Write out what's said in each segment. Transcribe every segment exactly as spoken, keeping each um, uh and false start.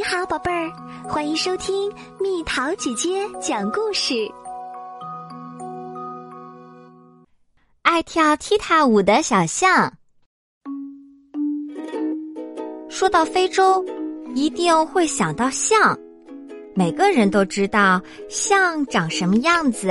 你好，宝贝儿，欢迎收听蜜桃姐姐讲故事。 爱跳踢踏舞的小象。说到非洲，一定会想到象。每个人都知道象长什么样子。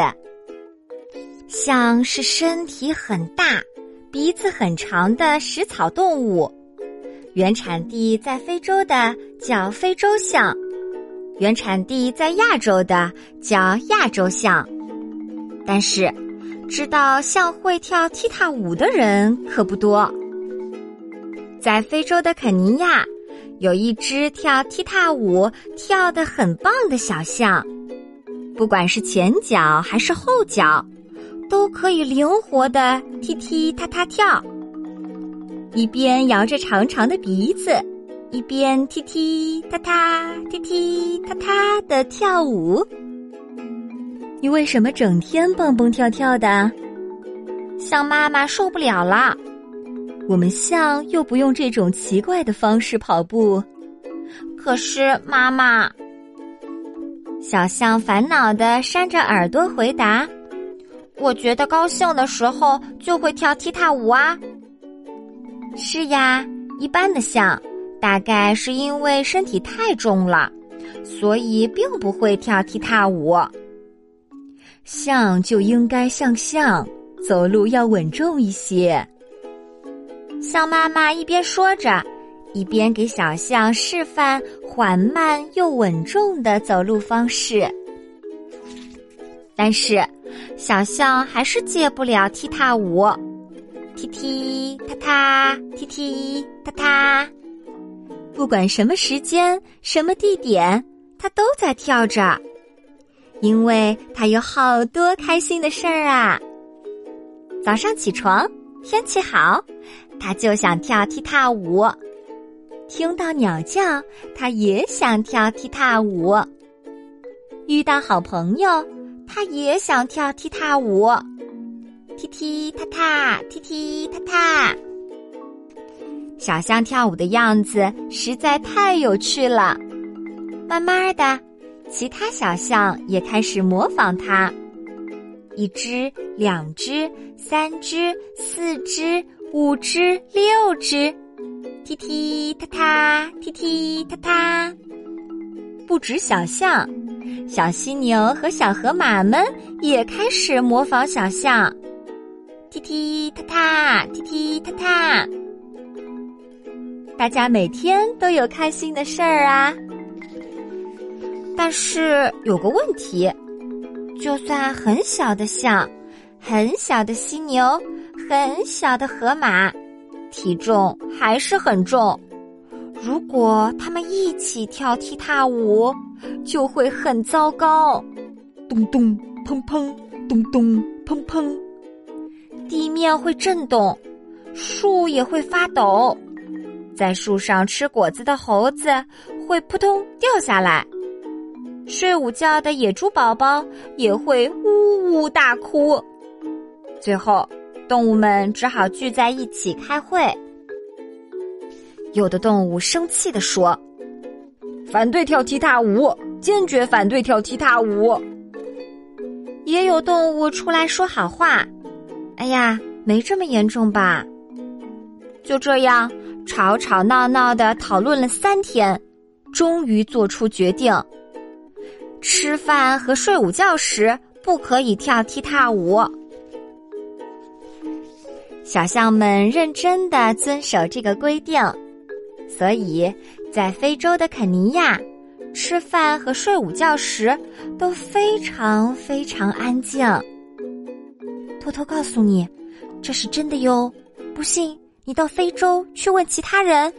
象是身体很大、鼻子很长的食草动物，原产地在非洲的叫非洲象，原产地在亚洲的叫亚洲象。但是知道象会跳踢踏舞的人可不多。在非洲的肯尼亚，有一只跳踢踏舞跳得很棒的小象，不管是前脚还是后脚，都可以灵活地踢踢踏踏跳，一边摇着长长的鼻子，一边踢踢踏踏踢踢踏踏地跳舞。你为什么整天蹦蹦跳跳的？象妈妈受不了了。我们象又不用这种奇怪的方式跑步。可是妈妈，小象烦恼地扇着耳朵回答，我觉得高兴的时候就会跳踢踏舞啊。是呀，一般的象大概是因为身体太重了，所以并不会跳踢踏舞。象就应该像象，走路要稳重一些。象妈妈一边说着，一边给小象示范缓慢又稳重的走路方式。但是小象还是戒不了踢踏舞，踢踢踏踏，踢踢踏踏。不管什么时间、什么地点，它都在跳着，因为它有好多开心的事儿啊。早上起床，天气好，它就想跳踢踏舞。听到鸟叫，它也想跳踢踏舞。遇到好朋友，它也想跳踢踏舞。踢踢踏踏，踢踢踏踏。小象跳舞的样子实在太有趣了。慢慢的，其他小象也开始模仿它。一只，两只，三只，四只，五只，六只，踢踢踏踏，踢踢踏踏。不止小象，小犀牛和小河马们也开始模仿小象，踢踢踏踏，踢踢踏踏。大家每天都有开心的事儿啊。但是有个问题，就算很小的象，很小的犀牛，很小的河马，体重还是很重。如果他们一起跳踢踏舞，就会很糟糕。咚咚砰砰，咚咚砰砰，地面会震动，树也会发抖，在树上吃果子的猴子会扑通掉下来，睡午觉的野猪宝宝也会呜呜大哭。最后动物们只好聚在一起开会。有的动物生气地说，反对跳踢踏舞，坚决反对跳踢踏舞。也有动物出来说好话，哎呀，没这么严重吧。就这样吵吵闹闹地讨论了三天，终于做出决定，吃饭和睡午觉时不可以跳踢踏舞。小象们认真地遵守这个规定，所以在非洲的肯尼亚，吃饭和睡午觉时都非常非常安静。偷偷告诉你，这是真的哟，不信你到非洲去问其他人。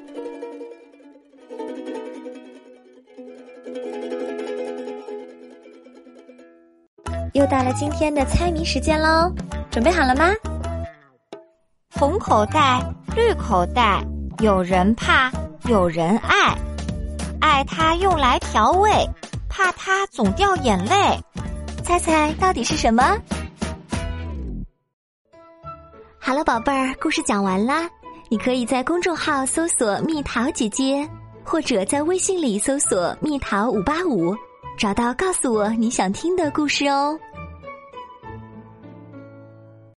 又到了今天的猜谜时间喽，准备好了吗？红口袋，绿口袋，有人怕，有人爱，爱它用来调味，怕它总掉眼泪。猜猜到底是什么？ 好了，宝贝儿，故事讲完啦。你可以在公众号搜索蜜桃姐姐， 或者在微信里搜索蜜桃五八五，找到告诉我你想听的故事哦。